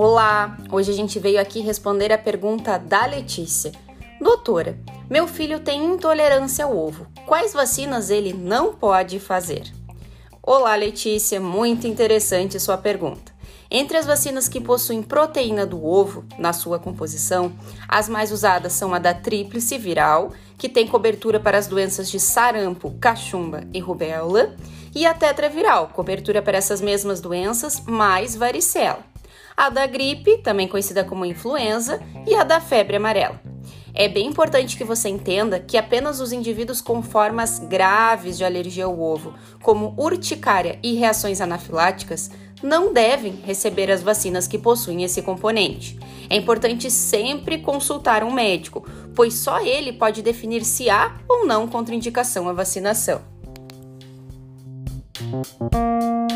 Olá! Hoje a gente veio aqui responder a pergunta da Letícia. Doutora, meu filho tem intolerância ao ovo. Quais vacinas ele não pode fazer? Olá, Letícia, muito interessante sua pergunta. Entre as vacinas que possuem proteína do ovo na sua composição, as mais usadas são a da tríplice viral, que tem cobertura para as doenças de sarampo, cachumba e rubéola, e a tetraviral, cobertura para essas mesmas doenças, mais varicela. A da gripe, também conhecida como influenza, e a da febre amarela. É bem importante que você entenda que apenas os indivíduos com formas graves de alergia ao ovo, como urticária e reações anafiláticas, não devem receber as vacinas que possuem esse componente. É importante sempre consultar um médico, pois só ele pode definir se há ou não contraindicação à vacinação.